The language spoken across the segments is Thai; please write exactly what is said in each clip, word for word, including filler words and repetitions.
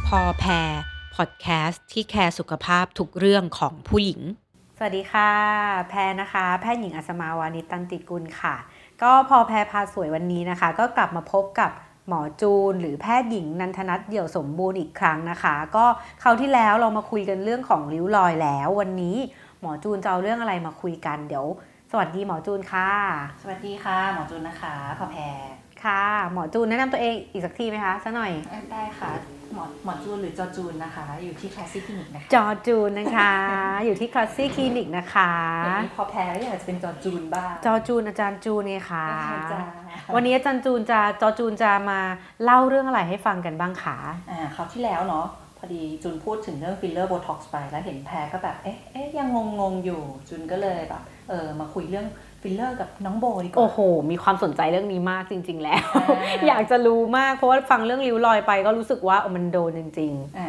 พอแพรพอดแคสต์ที่แคร์สุขภาพทุกเรื่องของผู้หญิงสวัสดีค่ะแพรนะคะแพทย์หญิงอัศมาวานิชตันติกุลค่ะก็พอแพรพาสวยวันนี้นะคะก็กลับมาพบกับหมอจูนหรือแพทย์หญิงนันทนัทเดี่ยวสมบูรณ์อีกครั้งนะคะก็คราวที่แล้วเรามาคุยกันเรื่องของริ้วรอยแล้ววันนี้หมอจูนจะเอาเรื่องอะไรมาคุยกันเดี๋ยวสวัสดีหมอจูนค่ะสวัสดีค่ะหมอจูนนะคะพอแพรค่ะหมอจูนแนะนำตัวเองอีกสักทีไหมคะสักหน่อยได้ค่ะหมอหมอจูนหรือจอจูนนะคะอยู่ที่คลาสซี่คลินิกนะคะจอจูนนะคะอยู่ที่คลาสซี่คลินิกนะคะพอแพรอยากจะเป็นจอจูนบ้างจอจูนอาจารย์จูนเนี่ยค่ะวันนี้อาจารย์จูนจะจอจูนจะมาเล่าเรื่องอะไรให้ฟังกันบ้างคะอ่าคราวที่แล้วเนาะพอดีจูนพูดถึงเรื่องฟิลเลอร์โบท็อกซ์ไปแล้วเห็นแพรก็แบบเอ๊ะเอ๊ะยังงงๆอยู่จูนก็เลยแบบเออมาคุยเรื่องฟิลเลอร์กับน้องโบดีกว่าโอ้โหมีความสนใจเรื่องนี้มากจริงๆแล้วอยากจะรู้มากเพราะว่าฟังเรื่องริ้วรอยไปก็รู้สึกว่ามันโดนจริงๆอ่า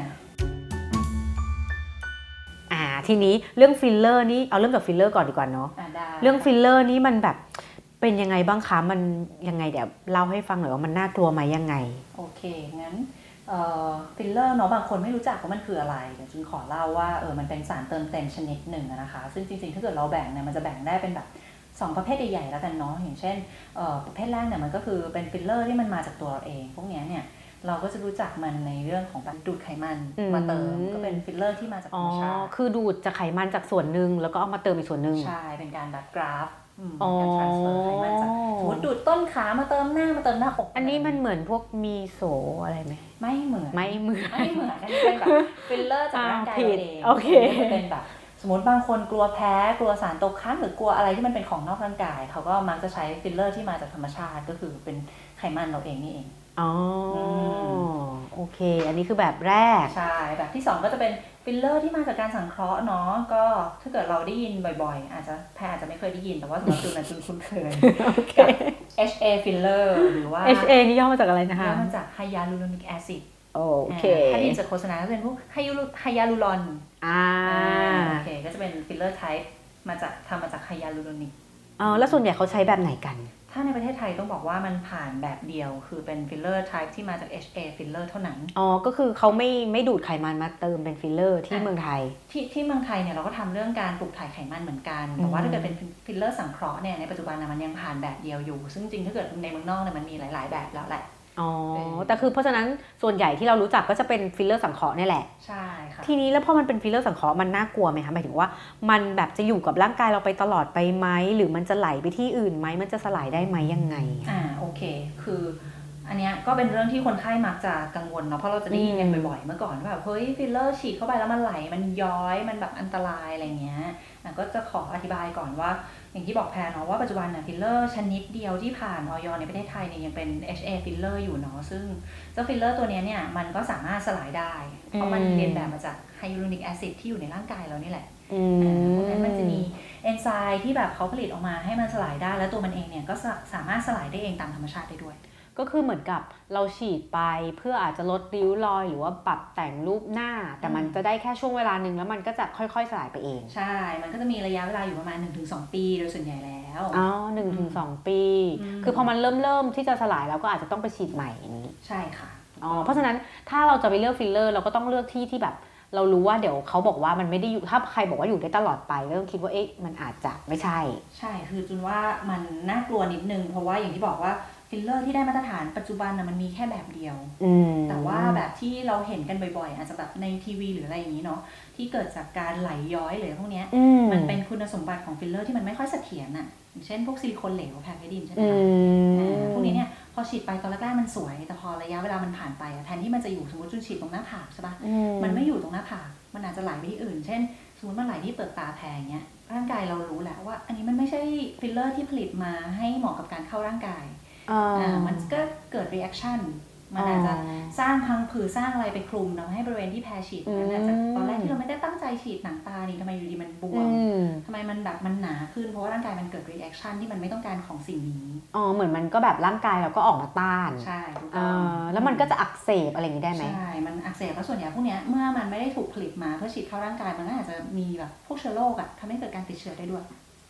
อ่าทีนี้เรื่องฟิลเลอร์นี่เอาเริ่มจากฟิลเลอร์ก่อนดีกว่าเนาะเรื่องฟิลเลอร์นี่มันแบบเป็นยังไงบ้างคะมันยังไงเดี๋ยวเล่าให้ฟังหน่อยว่ามันน่ากลัวไหมยังไงโอเคงั้นฟิลเลอร์เนาะบางคนไม่รู้จักว่ามันคืออะไรเดี๋ยวจูนขอเล่าว่าเออมันเป็นสารเติมเต็มชนิดหนึ่งนะคะซึ่งจริงๆถ้าเกิดเราแบ่งเนี่ยมันจะแบ่งได้เป็นแบบสองประเภทใหญ่ๆแล้วกันเนาะอย่างเช่นประเภทแรกเนี่ยมันก็คือเป็นฟิลเลอร์ที่มันมาจากตัวเราเองพวกนี้เนี่ยเราก็จะรู้จักมันในเรื่องของการดูดไขมันมาเติมก็เป็นฟิลเลอร์ที่มาจากธรรมชาติคือดูดจากไขมันจากส่วนหนึ่งแล้วก็เอามาเติมอีกส่วนหนึ่งใช่เป็นการแบบกราฟการ transfer ไขมันจากสมมติดูดต้นขามาเติมหน้ามาเติมหน้าอกอันนี้มันเหมือนพวกมีโซอะไรไหมไม่เหมือนไม่เหมือนไม่เหมือนอันนี้เป็นแบบฟิลเลอร์จากร่างกายเราเองโอเคเป็นแบบสมมติบางคนกลัวแพ้กลัวสารตกค้างหรือกลัวอะไรที่มันเป็นของนอกร่างกายเขาก็มักจะใช้ฟิลเลอร์ที่มาจากธรรมชาติก็คือเป็นไขมันเราเองนี่เองอ๋อโอเคอันนี้คือแบบแรกใช่แบบที่สองก็จะเป็นฟิลเลอร์ที่มาจากการสังเคราะห์เนาะก็ถ้าเกิดเราได้ยินบ่อยๆอาจจะแพรอาจจะไม่เคยได้ยินแต่ว่าสำหรับจูนนะจูนคุ้นเคยกับ เอช เอ filler หรือว่าเอช เอ นี่ย่อมาจากอะไรนะคะย่อมาจาก hyaluronic acid โอเคถ้าได้ยินจากโฆษณาก็เป็นพวกไฮยาลูรอนอ่าโอเคก็จะเป็นฟิลเลอร์ไทป์มาจากทำมาจากไฮยาลูรอนิกอ๋อแล้วส่วนใหญ่เขาใช้แบบไหนกันถ้าในประเทศไทยต้องบอกว่ามันผ่านแบบเดียวคือเป็นฟิลเลอร์ไทป์ที่มาจาก เอช เอ filler เท่านั้นอ๋อก็คือเขาไม่ไม่ดูดไขมันมาเติมเป็นฟิลเลอร์ที่เมืองไทยที่ที่เมืองไทยเนี่ยเราก็ทำเรื่องการปลูกถ่ายไขมันเหมือนกันแต่ว่าถ้าเกิดเป็นฟิลเลอร์สังเคราะห์เนี่ยในปัจจุบันนะมันยังผ่านแบบเดียวอยู่ซึ่งจริงถ้าเกิดในเมืองนอกเนี่ยมันมีหลายๆแบบแล้วแหละอ๋อแต่คือเพราะฉะนั้นส่วนใหญ่ที่เรารู้จักก็จะเป็นฟิลเลอร์สังเคราะห์นี่แหละใช่ค่ะทีนี้แล้วพอมันเป็นฟิลเลอร์สังเคราะห์มันน่ากลัวไหมคะหมายถึงว่ามันแบบจะอยู่กับร่างกายเราไปตลอดไปไหมหรือมันจะไหลไปที่อื่นไหมมันจะสลายได้ไหมยังไงอ่าโอเคคืออันนี้ก็เป็นเรื่องที่คนไข้มักจะกังวลเนาะเพราะเราจะได้ยินกันบ่อยๆเมื่อก่อนว่าแบบเฮ้ยฟิลเลอร์ฉีดเข้าไปแล้วมันไหลมันย้อยมันแบบอันตรายอะไรเงี้ยก็จะขออธิบายก่อนว่าอย่างที่บอกแพรเนาะว่าปัจจุบันเนี่ยฟิลเลอร์ชนิดเดียวที่ผ่านอย.ในประเทศไทยเนี่ยยังเป็น เอช เอ filler อยู่เนาะซึ่งเจ้าฟิลเลอร์ตัวนี้เนี่ยมันก็สามารถสลายได้เพราะมันเรียนแบบมาจากไฮยาลูรอนิกแอซิดที่อยู่ในร่างกายเรานี่แหละเพราะฉะนั้นมันจะมีเอนไซม์ที่แบบเขาผลิตออกมาให้มันสลายได้แล้วตัวมันเองเนี่ยก็สามารถสลายได้เองตามธรรมชาติได้ด้วยก็คือเหมือนกับเราฉีดไปเพื่ออาจจะลดริ้วรอยหรือว่าปรับแต่งรูปหน้าแต่มันจะได้แค่ช่วงเวลาหนึ่งแล้วมันก็จะค่อยๆสลายไปเองใช่มันก็จะมีระยะเวลาอยู่ประมาณ หนึ่งถึงสอง ปีโดยส่วนใหญ่แล้วอ๋อ หนึ่งถึงสอง ปีคือพอมันเริ่มเริ่มที่จะสลายแล้วก็อาจจะต้องไปฉีดใหม่อย่างนี้ใช่ค่ะอ๋อเพราะฉะนั้นถ้าเราจะไปเลือกฟิลเลอร์เราก็ต้องเลือกที่ที่แบบเรารู้ว่าเดี๋ยวเขาบอกว่ามันไม่ได้อยู่ถ้าใครบอกว่าอยู่ได้ตลอดไปก็ต้องคิดว่าเอ๊ะมันอาจจะไม่ใช่ใช่คือจุนว่ามันน่ากลัวนิดนึงเพราะว่าอย่างที่บอกว่าฟิลเลอร์ที่ได้มาตรฐานปัจจุบันนะมันมีแค่แบบเดียวแต่ว่าแบบที่เราเห็นกันบ่อยๆอาจจะแบบในทีวีหรืออะไรอย่างนี้เนาะที่เกิดจากการไหลย้อยหรือพวกนี้มันเป็นคุณสมบัติของฟิลเลอร์ที่มันไม่ค่อยเสถียรอ่ะอย่างเช่นพวกซิลิโคนเหลวแพคเกจใช่ไหมคะพวกนี้เนี่ยพอฉีดไปตอนแรกๆมันสวยแต่พอระยะเวลามันผ่านไปแทนที่มันจะอยู่สมมติจุนฉีดตรงหน้าผากใช่ปะมันไม่อยู่ตรงหน้าผากมันอาจจะไหลไปที่อื่นเช่นสมมติมันไหลที่เปลือกตาแพงเงี้ยร่างกายเรารู้แหละว่าอันนี้มันไม่ใช่ฟิลเลอร์ที่ผลิตมาให้เหมาะกับการเข้าร่างกายมันก็เกิด reaction มันอาจจะสร้างพังผืดสร้างอะไรไปคลุมทำให้บริเวณที่แพ้ฉีดนั้นอาจจะตอนแรกที่เราไม่ได้ตั้งใจฉีดหนังตานี่ทำไมอยู่ดีมันบวมทำไมมันแบบมันหนาขึ้นเพราะว่าร่างกายมันเกิด reaction ที่มันไม่ต้องการของสิ่งนี้อ๋อเหมือนมันก็แบบร่างกายเราก็ออกมาต้านใช่ถูกต้องแล้วมันก็จะอักเสบอะไรอย่างนี้ได้ไหมใช่มันอักเสบแล้วส่วนใหญ่พวกนี้เมื่อมันไม่ได้ถูกผลิตมาเพื่อฉีดเข้าร่างกายมันก็อาจจะมีแบบพวกเชื้อโรคอะทำให้เกิดการติดเชื้อได้ด้วย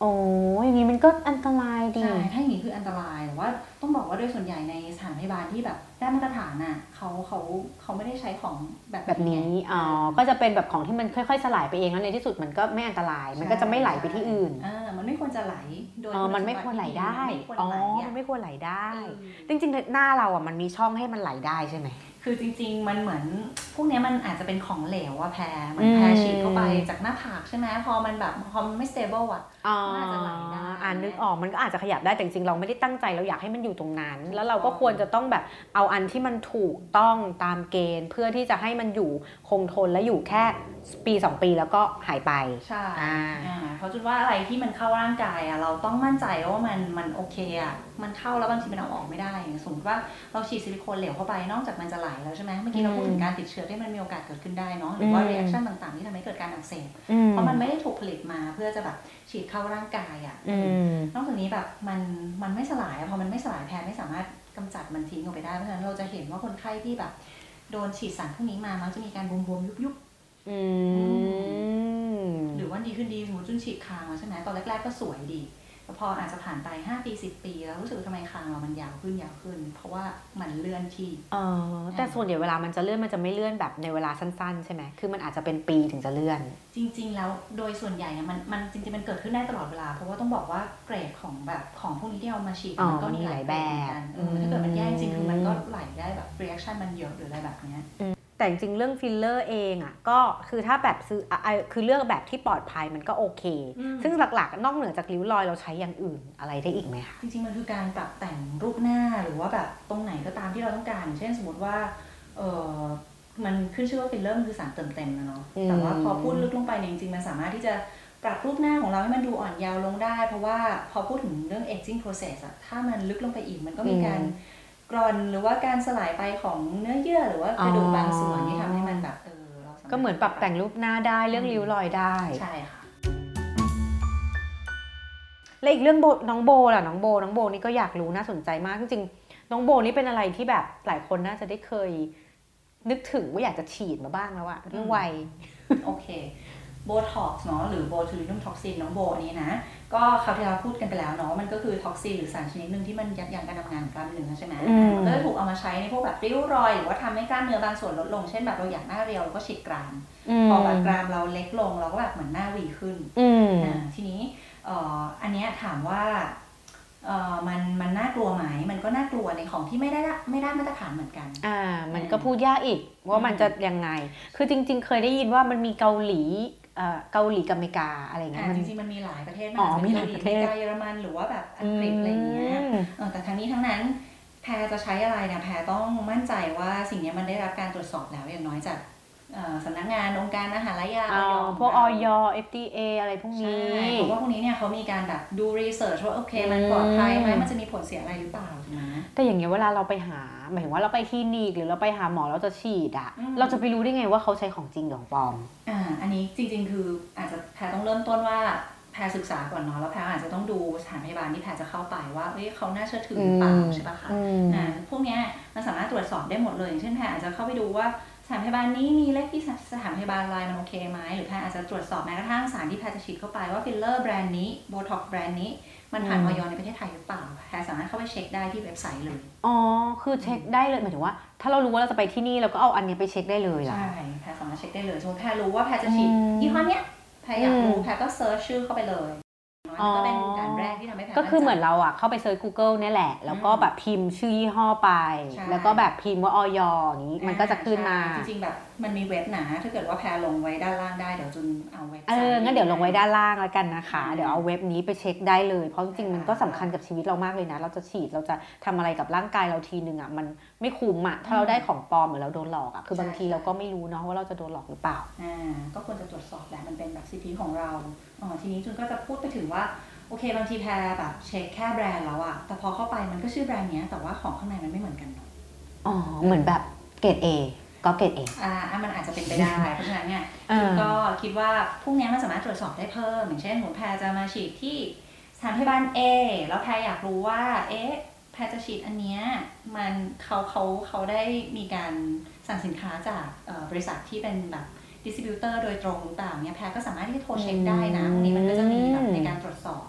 โอ้ยอย่างนี้มันก็อันตรายดิใช่ถ้าอย่างนี้คืออันตรายแต่ว่าต้องบอกว่าโดยส่วนใหญ่ในสถานพยาบาลที่แบบได้มาตรฐานน่ะเขาเขาเขาไม่ได้ใช้ของแบบแบบนี้อ๋อก็จะเป็นแบบของที่มันค่อยๆสลายไปเองแล้วในที่สุดมันก็ไม่อันตรายมันก็จะไม่ไหลไปที่อื่นอ่ามันไม่ควรจะไหลโดยมันไม่ควรไหลได้อ๋อมันไม่ควรไหลได้จริงๆหน้าเราอ่ะมันมีช่องให้มันไหลได้ใช่ไหมคือจริงๆมันเหมือนพวกนี้มันอาจจะเป็นของเหลวอะแพรมันแพรฉีดเข้าไปจากหน้าผากใช่ไหมพอมันแบบพอมันไม่ stable อะมันอาจจะไหลได้อ่านึกออกมันก็อาจจะขยับได้แต่จริงๆเราไม่ได้ตั้งใจเราอยากให้มันอยู่ตรงนั้นแล้วเราก็ควรจะต้องแบบเอาอันที่มันถูกต้องตามเกณฑ์เพื่อที่จะให้มันอยู่คงทนและอยู่แค่ปีสองปีแล้วก็หายไปใช่เพราะจุดว่าอะไรที่มันเข้าร่างกายอะเราต้องมั่นใจว่ามันมันโอเคอะมันเข้าแล้วบางทีมันเอาออกไม่ได้สมมติว่าเราฉีดซิลิโคนเหลวเข้าไปนอกจากมันจะไหลแล้วใช่ไหมเมื่อกี้เราพูดถึงการติดเชื้อที่มันมีโอกาสเกิดขึ้นได้เนาะหรือว่า reaction ต่างๆที่ทำให้เกิดการอักเสบเพราะมันไม่ได้ถูกผลิตมาเพื่อจะแบบฉีดเข้าร่างกายอะนอกจากนี้แบบมันมันไม่สลายพอมันไม่สลายแพทย์ไม่สามารถกำจัดมันทิ้งออกไปได้เพราะฉะนั้นเราจะเห็นว่าคนไข้ที่แบบโดนฉีดสารพวกนี้มามักจะมีการบวมๆยุบๆหรือว่าดีขึ้นดีสมมติจุนฉีดคางมาใช่ไหมตอนแรกๆก็สวยดีแต่พออาจจะผ่านไปห้าปีสิบปีแล้วรู้สึกทำไมคางเรามันยาวขึ้นยาวขึ้นเพราะว่ามันเลื่อนที่เออแต่ส่วนใหญ่เวลามันจะเลื่อนมันจะไม่เลื่อนแบบในเวลาสั้นๆใช่ไหมคือมันอาจจะเป็นปีถึงจะเลื่อนจริงๆแล้วโดยส่วนใหญ่เนี่ยมันมันจริงๆมันเกิดขึ้นได้ตลอดเวลาเพราะว่าต้องบอกว่าเกรดของแบบของพวกนี้ที่เอามาฉีดมันก็มีหลายแบบถ้าเกิดมันแย่จริงคือมันก็ไหลได้แบบ reaction มันเยอะหรืออะไรแบบนี้แต่จริงๆเรื่องฟิลเลอร์เองอ่ะก็คือถ้าแบบซื้อคือเลือกแบบที่ปลอดภัยมันก็โอเคซึ่งหลักๆนอกเหนือจากริ้วรอยเราใช้อย่างอื่นอะไรได้อีกไหมคะจริงๆมันคือการปรับแต่งรูปหน้าหรือว่าแบบตรงไหนก็ตามที่เราต้องการเช่นสมมติว่าเออมันขึ้นชื่อว่าฟิลเลอร์มันคือสารเติมเต็มนะเนาะแต่ว่าพอพูดลึกลงไปจริงๆมันสามารถที่จะปรับรูปหน้าของเราให้มันดูอ่อนเยาว์ลงได้เพราะว่าพอพูดถึงเรื่อง aging process อะถ้ามันลึกลงไปอีกมันก็มีการกร่อนหรือว่าการสลายไปของเนื้อเยื่อหรือว่ากระดูกบางส่วนที่ทำให้มันแบบเออเราก็เหมือนปรับแต่งรูปหน้าได้เรื่องริ้วรอยได้ใช่ค่ะและอีกเรื่องโบน้องโบล่ะน้องโบน้องโบนี่ก็อยากรู้น่าสนใจมากจริงๆน้องโบนี่เป็นอะไรที่แบบหลายคนน่าจะได้เคยนึกถึงว่าอยากจะฉีดมาบ้างแล้วอะเรื่องวัยโอเคโบท็อกซ์เนาะหรือโบทูลินัมท็อกซินน้องโบนี้นะก็คราวที่เราพูดกันไปแล้วเนาะมันก็คือท็อกซินหรือสารชนิดหนึ่งที่มันยับยั้งการทำงานของกล้ามเนื้อใช่ไหมมันก็จะถูกเอามาใช้ในพวกแบบริ้วรอยหรือว่าทำให้กล้ามเนื้อบางส่วนลดลงเช่นแบบเราอยากหน้าเรียวเราก็ฉีดกรามพอแบบกรามเราเล็กลงเราก็แบบเหมือนหน้าวีขึ้นทีนี้อันนี้ถามว่ามันมันน่ากลัวไหมมันก็น่ากลัวในของที่ไม่ได้ไม่ได้มาตรฐานเหมือนกันอ่ามันก็พูดยากอีกว่ามันจะยังไงคือจริงๆเคยได้ยินว่ามันมีเกาหลีเกาหลีกับอเมริกาอะไรเงี้ยจริงๆมันมีหลายประเทศมากมีหลายประเทศเยอรมันหรือว่าแบบอังกฤษอะไรเงี้ยแต่ทั้งนี้ทั้งนั้นแพรจะใช้อะไรนะแพรต้องมั่นใจว่าสิ่งนี้มันได้รับการตรวจสอบแล้วอย่างน้อยจากสำนักงานองค์การอาหารและยาพวก ออย เอฟ ดี เอ อะไรพวกนี้เพราะว่าพวกนี้เนี่ยเขามีการแบบดูรีเสิร์ชว่าโอเคมันปลอดภัยไหมมันจะมีผลเสียอะไรหรือเปล่าถูกไหมแต่อย่างเงี้ยเวลาเราไปหาหมายถึงว่าเราไปคลินิกหรือเราไปหาหมอเราจะฉีดอ่ะเราจะไปรู้ได้ไงว่าเขาใช้ของจริงหรือของปลอมอ่าอันนี้จริงๆคืออาจจะแพรต้องเริ่มต้นว่าแพรศึกษาก่อนเนาะแล้วแพรอาจจะต้องดูสถานพยาบาลที่แพรจะเข้าไปว่าเฮ้ยเขาน่าเชื่อถือหรือเปล่าใช่ปะคะอ่าพวกเนี้ยมันสามารถตรวจสอบได้หมดเลยอย่างเช่นแพรอาจจะเข้าไปดูว่าสถานพยาบาลนี้มีเลขที่สถานพยาบาลอะไรมันโอเคไหมหรือแพรอาจจะตรวจสอบแม้กระทั่งสารที่แพรจะฉีดเข้าไปว่าฟิลเลอร์แบรนด์นี้โบท็อกซ์แบรนด์นี้มันผ่านออยในประเทศไทยหรือเปล่าแพรสามารถเข้าไปเช็คได้ที่เว็บไซต์เลยอ๋อคือเช็คได้เลยหมายถึงว่าถ้าเรารู้ว่าเราจะไปที่นี่เราก็เอาอันนี้ไปเช็คได้เลยใช่แพรสามารถเช็คได้เลยสมมติแพรรู้ว่าแพรจะฉีดยี่ห้อเนี้ยแพรอยากรู้แพรก็เซิร์ชชื่อเข้าไปเลยก็เป็นการแรกที่ทำให้แพรก็คือเหมือนเราอ่ะเข้าไปเซิร์ช Google เนี่ยแหละแล้วก็แบบพิมพ์ชื่อยี่ห้อไปแล้วก็แบบพิมพ์ว่าออยอย่างนี้มันก็จะขึ้นมาจริงๆแบบมันมีเว็บนะถ้าเกิดว่าแพรลงไว้ด้านล่างได้เดี๋ยวจุนเอาเว็บเอองั้นเดี๋ยวลงไว้ด้านล่างแล้วกันนะคะเดี๋ยวเอาเว็บนี้ไปเช็คได้เลยเพราะจริงๆมันก็สำคัญกับชีวิตเรามากเลยนะเราจะฉีดเราจะทำอะไรกับร่างกายเราทีนึงอ่ะมันไม่คุ้มอ่ะถ้าเราได้ของปลอมหรือเราโดนหลอกอ่ะคือบางทีเราก็ไม่รู้เนาะว่าเราจะโดนหลอกหรือเปล่าอ่าก็ควรจะตรวจสอบแหละมันเป็นแบบสิทธิของเราอ๋อทีนี้จุนก็จะพูดไปถึงว่าโอเคบางทีแพรแบบเช็คแค่แบรนด์แล้วอะแต่พอเข้าไปมันก็ชื่อแบรนด์เนี้ยแต่ว่าของข้างในมันไม่เหมือนกันอ๋อเหมือนแบบเกรด A ก็เกรด A อ่ามันอาจจะเป็นไปได้เพราะฉะนั้นเนี่ยก็คิดว่าพวกนี้มันสามารถตรวจสอบได้เพิ่มอย่างเช่นผมแพรจะมาฉีดที่สถานพยาบาล A แล้วแพรอยากรู้ว่าเอ๊ะแพรจะฉีดอันเนี้ยมันเขาเขาเขาได้มีการสั่งสินค้าจากบริษัทที่เป็นแบบดิสติบิวเตอร์โดยตรงหรือเปล่าเนี่ยแพรก็สามารถที่จะโทรเช็คได้นะพวกนี้มันก็จะมีแบบในการตรวจสอบ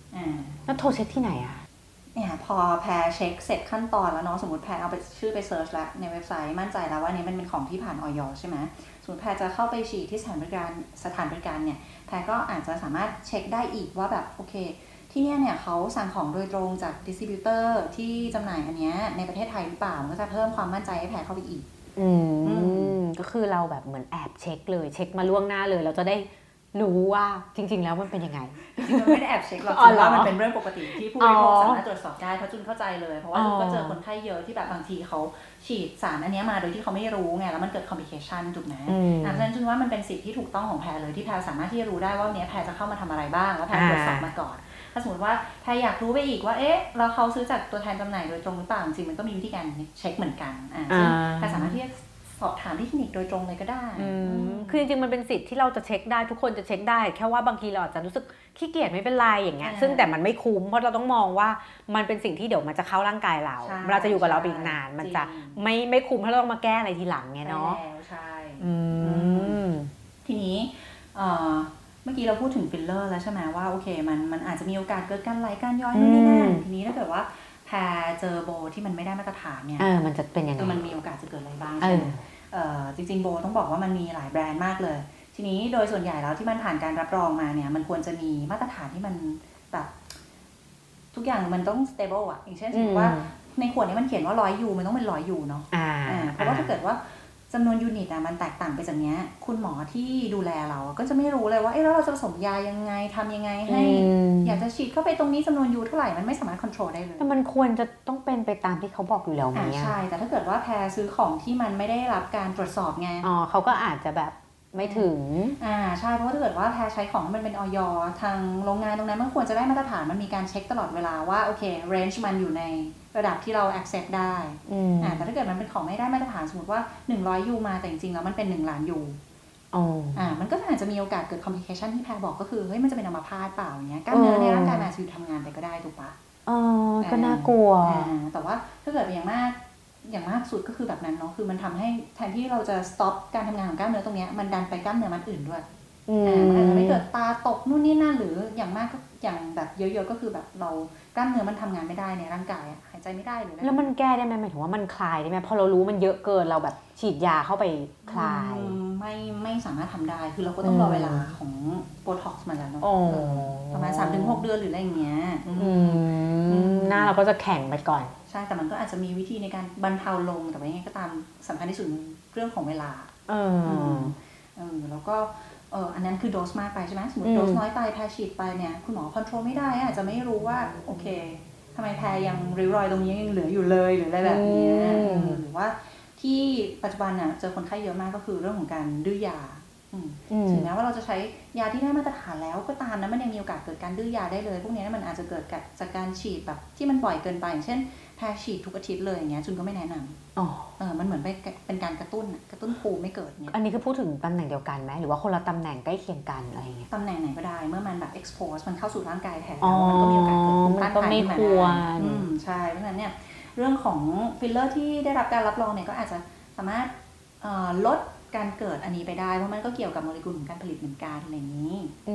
อ่าแล้วโทรเช็คที่ไหนอะเนี่ยพอแพรเช็คเสร็จขั้นตอนแล้วเนาะสมมติแพรเอาไปชื่อไปเซิร์ชแล้วในเว็บไซต์มั่นใจแล้วว่านี้มันเป็นของที่ผ่านออยใช่ไหมสมมติแพรจะเข้าไปฉีดที่สถานบริการสถานบริการเนี่ยแพรก็อาจจะสามารถเช็คได้อีกว่าแบบโอเคที่เนี่ยเนี่ยเขาสั่งของโดยตรงจากดิสติบิวเตอร์ที่จำหน่ายอันเนี้ยในประเทศไทยหรือเปล่ามันก็จะเพิ่มความมั่นใจให้แพรเข้าไปอีกอืมก็คือเราแบบเหมือนแอบเช็คเลยเช็คมาล่วงหน้าเลยเราจะได้รู้ว่าจริงๆแล้วมันเป็นยังไงจริงๆมันไม่ได้แอบเช็คหรอกจริงๆว่ามันเป็นเรื่องปกติที่ผู้บริโภคสามารถตรวจสอบได้เพราะจุนเข้าใจเลยเพราะว่าจุนก็เจอคนไข้เยอะที่แบบบางทีเขาฉีดสารอันนี้มาโดยที่เขาไม่รู้ไงแล้วมันเกิดคอมพลิเคชันถูกไหมเพราะฉะนั้นจุนว่ามันเป็นสิทธิที่ถูกต้องของแพรเลยที่แพรสามารถที่จะรู้ได้ว่าเนี้ยแพรจะเข้ามาทำอะไรบ้างแล้วแพรตรวจสอบมาก่อนถ้าสมมติว่าแพรอยากรู้ไปอีกว่าเอ๊ะเราเขาซื้อจากตัวแทนจำหน่ายโดยตรงหรือเปล่าจริงๆมันก็มีวิธีการเช็คเหมือนกันอ่าซึ่งแพรสามารถที่จะสอบถามที่คลินิกโดยตรงเลยก็ได้คือจริงๆมันเป็นสิทธิ์ที่เราจะเช็คได้ทุกคนจะเช็คได้แค่ว่าบางทีเราอาจจะรู้สึกขี้เกียจไม่เป็นไรอย่างเงี้ยซึ่งแต่มันไม่คุ้มเพราะเราต้องมองว่ามันเป็นสิ่งที่เดี๋ยวมันจะเข้าร่างกายเราเราจะอยู่กับเราอีกนานมันจะไม่ไม่คุ้มเพราะเราต้องมาแก้อะไรทีหลังไงเนาะใช่ทีนี้เมื่อกี้เราพูดถึงฟิลเลอร์แล้วใช่ไหมว่าโอเคมันมันอาจจะมีโอกาสเกิดการไหลการย้อยนู่นนี่นั่นทีนี้ถ้าเกิดว่าแพรเจอโบที่มันไม่ได้มาตรฐานเนี่ยมันจะเป็นยังไงมันมีโอกาสจะเกิดอะไรบ้างใช่ไหมจริงๆโบต้องบอกว่ามันมีหลายแบรนด์มากเลยทีนี้โดยส่วนใหญ่แล้วที่มันผ่านการรับรองมาเนี่ยมันควรจะมีมาตรฐานที่มันแบบทุกอย่างมันต้อง stable อ่ะอย่างเช่นสมมติว่าในขวดนี้มันเขียนว่าร้อยยูมันต้องเป็นร้อยยูเนาะเพราะว่าถ้าเกิดว่าจำนวนยูนิตอะมันแตกต่างไปจากเนี้ยคุณหมอที่ดูแลเราก็จะไม่รู้เลยว่าเอ๊ะแล้วเราจะผสมยายังไงทำยังไงให้อยากจะฉีดเข้าไปตรงนี้จำนวนยูเท่าไหร่มันไม่สามารถควบคุมได้เลยแต่มันควรจะต้องเป็นไปตามที่เขาบอกอยู่แล้วไหมใช่แต่ถ้าเกิดว่าแพรซื้อของที่มันไม่ได้รับการตรวจสอบไงอ๋อเขาก็อาจจะแบบไม่ถึงอ่าใช่เพราะว่าถ้าเกิดว่าแพรใช้ของที่มันเป็นออยทางโรงงานตรงนั้นมันควรจะได้มาตรฐานมันมีการเช็คตลอดเวลาว่าโอเคเรนจ์มันอยู่ในระดับที่เรา accept ได้อ่าแต่ถ้าเกิดมันเป็นของไม่ได้มาตรฐานสมมติว่าหนึ่งร้อยยูมาแต่จริงๆแล้วมันเป็นหนึ่งล้านยูอ่ามันก็อาจจะมีโอกาสเกิด complication ที่แพรบอกก็คือเฮ้ยมันจะเป็นอัมพาตเปล่าอย่างเงี้ยกล้ามเนื้อในร่างกายมันอาจจะหยุดทำงานไปก็ได้ถูกปะอ๋อก็น่ากลัวแต่ว่าถ้าเกิดอย่างมากอย่างมากสุดก็คือแบบนั้นเนาะคือมันทำให้แทนที่เราจะ stop การทำงานของกล้ามเนื้อตรงนี้มันดันไปกล้ามเนื้อมัดอื่นด้วยมันอาจจะไม่เกิดตาตกนู่นนี่นั่นหรืออย่างมากก็อย่างแบบเยอะๆก็คือแบบเรากล้ามเนื้อมันทำงานไม่ได้ในร่างกายหายใจไม่ได้หรือแล้วมันแก้ได้ไหมหมายถึงว่ามันคลายได้ไหมพอเรารู้มันเยอะเกินเราแบบฉีดยาเข้าไปคลายไม่ไม่สามารถทำได้คือเราก็ต้องรอเวลาของโบท็อกซ์มาแล้วเนาะประมาณ สามถึงหก เดือนหรืออะไรอย่างเงี้ยหน้าเราก็จะแข็งไปก่อนใช่แต่มันก็อาจจะมีวิธีในการบรรเทาลงแต่ว่ายังไงก็ตามสำคัญที่สุดเรื่องของเวลาเออเออแล้วก็เอออันนั้นคือโดสมากไปใช่ไหมสมมติโดสน้อยไปแพรฉีดไปเนี่ยคุณหมอคอนโทรลไม่ได้อาจจะไม่รู้ว่าโอเคทำไมแพรยังริ้วรอยตรงนี้ยังเหลืออยู่เลยหรืออะไรแบบนี้หรือว่าที่ปัจจุบันเนี่ยเจอคนไข้เยอะมากก็คือเรื่องของการดื้อยาถึงแม้ว่าเราจะใช้ยาที่ได้มาตรฐานแล้วก็ตามนะมันยังมีโอกาสเกิดการดื้อยาได้เลยพวกนี้มันอาจจะเกิดจากการฉีดแบบที่มันบ่อยเกินไปอย่างเช่นแพรฉีดทุกอาทิตย์เลยอย่างเงี้ยจุนก็ไม่แนะนำอ๋อเออมันเหมือนเป็นการกระตุ้นกระตุ้นภูมิไม่เกิดเนี่ยอันนี้คือพูดถึงตำแหน่งเดียวกันไหมหรือว่าคนละตำแหน่งใกล้เคียงกันอะไรเงี้ยตำแหน่งไหนก็ได้เมื่อมันแบบ expose มันเข้าสู่ร่างกายแทนแล้วมันก็มีโอกาสเกิดภูมิต้านทานขึ้นมาได้อืมใช่เพราะฉะนั้นเนี่ยเรื่องของฟิลเลอร์ที่ได้รับการรับรองเนี่ยก็อาจจะสามารถลดการเกิดอันนี้ไปได้เพราะมันก็เกี่ยวกับโมเลกุลของการผลิตเหมือนกันอะไรอย่างนี้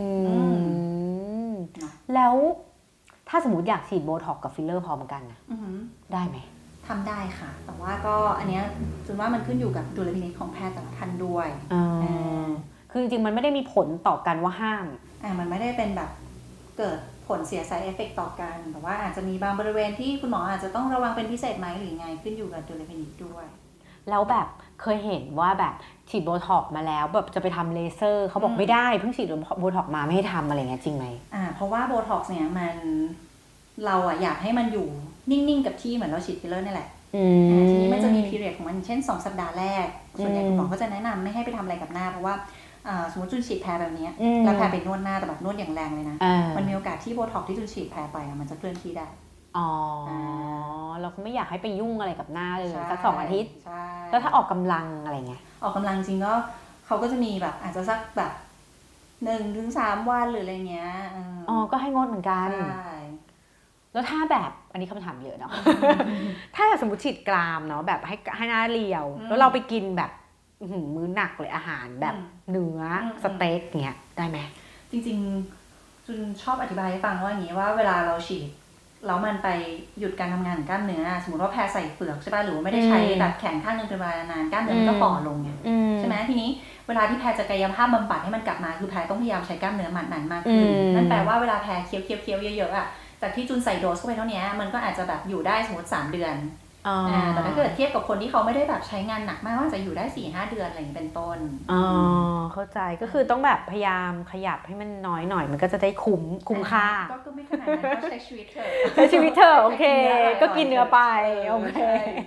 แล้วถ้าสมมติอยากฉีดโบท็อกกับฟิลเลอร์พร้อมกันนะได้ไหมทำได้ค่ะแต่ว่าก็อันนี้ส่วนว่ามันขึ้นอยู่กับดุลพินิจของแพทย์แต่ละท่านด้วยคือจริงๆมันไม่ได้มีผลต่อกันว่าห้ามอ่ามันไม่ได้เป็นแบบเกิดผลเสีย side effect ต่อกันแต่ว่าอาจจะมีบางบริเวณที่คุณหมออาจจะต้องระวังเป็นพิเศษไหมหรือไงขึ้นอยู่กับดุลพินิจด้วยแล้วแบบเคยเห็นว่าแบบฉีดโบท็อกมาแล้วแบบจะไปทำเลเซอร์เขาบอกไม่ได้เพิ่งฉีดโบท็อกมาไม่ให้ทำอะไรเงี้ยจริงไหมอ่าเพราะว่าโบท็อกเนี่ยมันเราอะอยากให้มันอยู่นิ่งๆกับที่เหมือนเราฉีดฟิลเลอร์นี่แหละทีนี้มันจะมีพีเรียดของมันเช่นสองสัปดาห์แรกส่วนใหญ่คุณหมอก็จะแนะนำไม่ให้ไปทำอะไรกับหน้าเพราะว่าสมมติจุนฉีดแผลแบบนี้แล้วแผลไปนวดหน้าแต่แบบนวดอย่างแรงเลยนะมันมีโอกาสที่โบท็อกที่จุนฉีดแผลไปมันจะเคลื่อนที่ได้อ๋อเราไม่อยากให้ไปยุ่งอะไรกับหน้าเลยสักสองอาทิตย์แล้วถ้าออกกำลังอะไรเงี้ยออกกำลังจริงก็เขาก็จะมีแบบอาจจะสักแบบหนึ่งถึงสามวันหรืออะไรเงี้ยอ๋อก็ให้งดเหมือนกันแล้วถ้าแบบอันนี้คำถามเยอะเนาะถ้าสมมติฉีดกรามเนาะแบบให้ให้หน้าเรียวแล้วเราไปกินแบบมื้อหนักเลยอาหารแบบเนื้อสเต็กเงี้ยได้ไหมจริงๆจุนชอบอธิบายให้ฟังว่าอย่างนี้ว่าเวลาเราฉีดแล้วมันไปหยุดการทำงานของกล้ามเนื้อสมมติว่าแพรใส่เฟือกใช่ป่ะหรือว่าไม่ได้ใช้แบบแขนข้างนึงเป็นเวลานานกล้ามเนื้อมันก็ฝ่อลงไงใช่ไหมทีนี้เวลาที่แพรจะกายภาพบำบัดให้มันกลับมาคือแพรต้องพยายามใช้กล้ามเนื้อมัดนั้นมากขึ้นนั่นแปลว่าเวลาแพรเคี้ยวเคี้ยวเคี้ยวเยอะๆอ่ะจากที่จุนใส่โดสเข้าไปเท่านี้มันก็อาจจะแบบอยู่ได้สมมติสามเดือนอ่าแต่ถ้าเกิดเทียบกับคนที่เขาไม่ได้แบบใช้งานหนักมากว่าจะอยู่ได้ สี่ห้า เดือนอะไรอย่างนี้เป็นต้นอ๋อเข้าใจก็คือต้องแบบพยายามขยับให้มันน้อยหน่อยมันก็จะได้คุ้มคุ้มค่าก็ก็ไม่ขนาดนั้นก็ใช้ชีวิตเถอะใช้ชีวิตเถอะโอเคก็กินเนื้อไปโอเค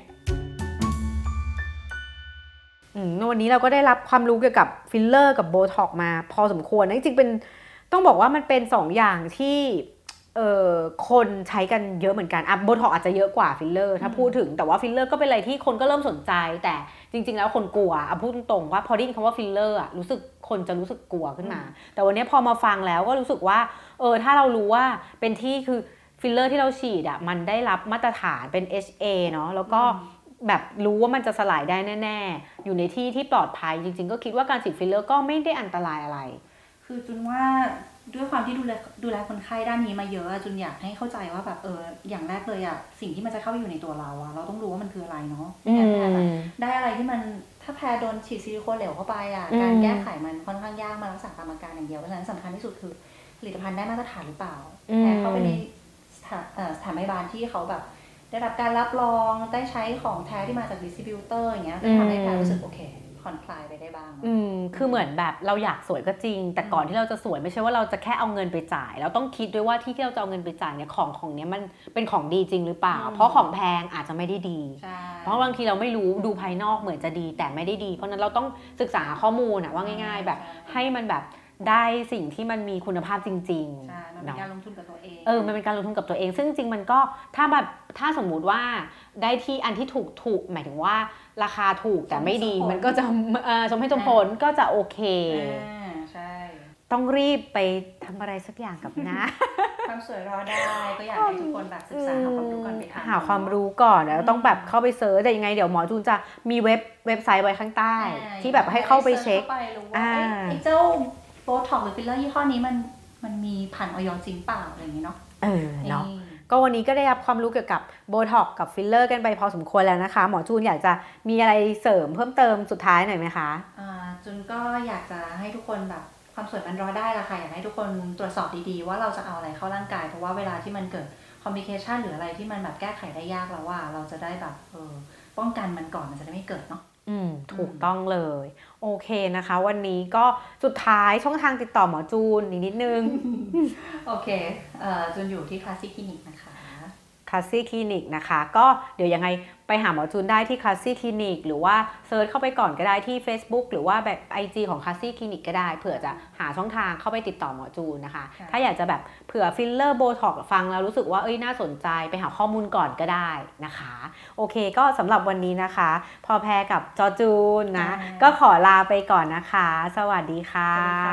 อืมวันนี้เราก็ได้รับความรู้เกี่ยวกับฟิลเลอร์กับโบท็อกมาพอสมควรนะจริงๆเป็นต้องบอกว่ามันเป็นสองอย่างที่เอ่อคนใช้กันเยอะเหมือนกันอ่ะโบท็อกอาจจะเยอะกว่าฟิลเลอร์ถ้าพูดถึงแต่ว่าฟิลเลอร์ก็เป็นอะไรที่คนก็เริ่มสนใจแต่จริงๆแล้วคนกลัวอ่ะพูดตรงๆว่าพอได้ยินคำว่าฟิลเลอร์อ่ะรู้สึกคนจะรู้สึกกลัวขึ้นมาแต่วันนี้พอมาฟังแล้วก็รู้สึกว่าเออถ้าเรารู้ว่าเป็นที่คือฟิลเลอร์ที่เราฉีดอ่ะมันได้รับมาตรฐานเป็น เอช เอ เนาะแล้วก็แบบรู้ว่ามันจะสลายได้แน่ๆอยู่ในที่ที่ปลอดภัยจริงๆก็คิดว่าการฉีดฟิลเลอร์ก็ไม่ได้อันตรายอะไรคือจุนว่าด้วยความที่ดูแลดูแลคนไข้ด้านนี้มาเยอะจุนอยากให้เข้าใจว่าแบบเอออย่างแรกเลยอะสิ่งที่มันจะเข้าไปอยู่ในตัวเราอะเราต้องรู้ว่ามันคืออะไรเนาะได้อะไรที่มันถ้าแพ้โดนฉีดซิลิโคนเหลวเข้าไปอะการแก้ไขมันค่อนข้างยากมารักษาตามอาการอย่างเดียวเพราะฉะนั้นสำคัญที่สุดคือผลิตภัณฑ์ได้มาตรฐานหรือเปล่าแพ้เข้าไปในสถานพยาบาลที่เขาแบบได้รับการรับรองได้ใช้ของแท้ที่มาจากดิสติบิวเตอร์อย่างเงี้ยก็ทำให้แพ้รู้สึกโอเคผ่อนคลายไปได้บ้างอืมคือเหมือนแบบเราอยากสวยก็จริงแต่ก่อนที่เราจะสวยไม่ใช่ว่าเราจะแค่เอาเงินไปจ่ายเราต้องคิดด้วยว่าที่ที่เราจะเอาเงินไปจ่ายเนี่ยของของเนี้ยมันเป็นของดีจริงหรือเปล่าเพราะของแพงอาจจะไม่ได้ดีเพราะบางทีเราไม่รู้ดูภายนอกเหมือนจะดีแต่ไม่ได้ดีเพราะนั้นเราต้องศึกษาข้อมูลนะว่าง่ายๆแบบให้มันแบบได้สิ่งที่มันมีคุณภาพจริงๆใช่มันเป็นการลงทุนกับตัวเองเออมันเป็นการลงทุนกับตัวเองซึ่งจริงมันก็ถ้าแบบถ้าสมมุติว่าได้ที่อันที่ถูกถูกหมายถึงว่าราคาถูกแต่ไม่ดีมันก็จะสมเหตุสมผลก็จะโอเคใช่ต้องรีบไปทำอะไรสักอย่างกับนะความสวยรอได้ก็อยากให้ทุกคนแบบศึกษาหาความรู้ก่อนไปทำหาความรู้ก่อนแล้วต้องแบบเข้าไปเซิร์ชแต่ยังไงเดี๋ยวหมอจูนจะมีเว็บเว็บไซต์ไว้ข้างใต้ที่แบบให้เข้าไปเช็คอ่าไอ้เจ้าโบท็อกหรือฟิลเลอร์ยี่ห้อนี้มันมันมีผ่านออยจริงเปล่าอะไรอย่างนี้เนาะเออเนาะก็วันนี้ก็ได้รับความรู้เกี่ยวกับโบท็อกกับฟิลเลอร์กันไปพอสมควรแล้วนะคะหมอจูนอยากจะมีอะไรเสริมเพิ่มเติมสุดท้ายหน่อยไหมคะอ่าจูนก็อยากจะให้ทุกคนแบบความสวยมันรอได้ละค่ะอยากให้ทุกคนตรวจสอบดีๆว่าเราจะเอาอะไรเข้าร่างกายเพราะว่าเวลาที่มันเกิดคอมพลิเคชันหรืออะไรที่มันแบบแก้ไขได้ยากแล้วว่าเราจะได้แบบเออป้องกันมันก่อนมันจะได้ไม่เกิดเนาะอืมถูกต้องเลยโอเคนะคะวันนี้ก็สุดท้ายช่องทางติดต่อหมอจูนอีกนิดนึงโอเคเอ่อจูนอยู่ที่คลาสสิกคลินิกนะคะคลาสซี่คลินิกนะคะก็เดี๋ยวยังไงไปหาหมอจูนได้ที่คลาสซี่คลินิกหรือว่าเซิร์ชเข้าไปก่อนก็ได้ที่ Facebook หรือว่าแบบ ไอ จี ของคลาสซี่คลินิกก็ได้เผื่อจะหาช่องทางเข้าไปติดต่อหมอจูนนะคะถ้าอยากจะแบบเผื่อฟิลเลอร์โบท็อกฟังแล้วรู้สึกว่าเอ้ยน่าสนใจไปหาข้อมูลก่อนก็ได้นะคะโอเคก็สำหรับวันนี้นะคะพอแพรกับจอจูนนะก็ขอลาไปก่อนนะคะสวัสดีค่ะ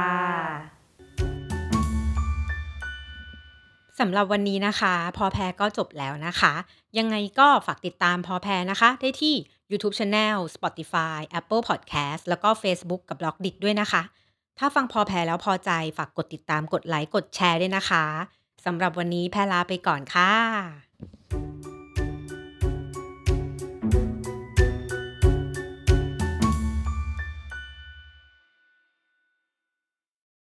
สำหรับวันนี้นะคะพอแพรก็จบแล้วนะคะยังไงก็ฝากติดตามพอแพรนะคะได้ที่ YouTube Channel Spotify Apple Podcast แล้วก็ Facebook กับ บล็อกดิต ด้วยนะคะถ้าฟังพอแพรแล้วพอใจฝากกดติดตามกดไลค์กดแชร์ด้วยนะคะสำหรับวันนี้แพรลาไปก่อนค่ะ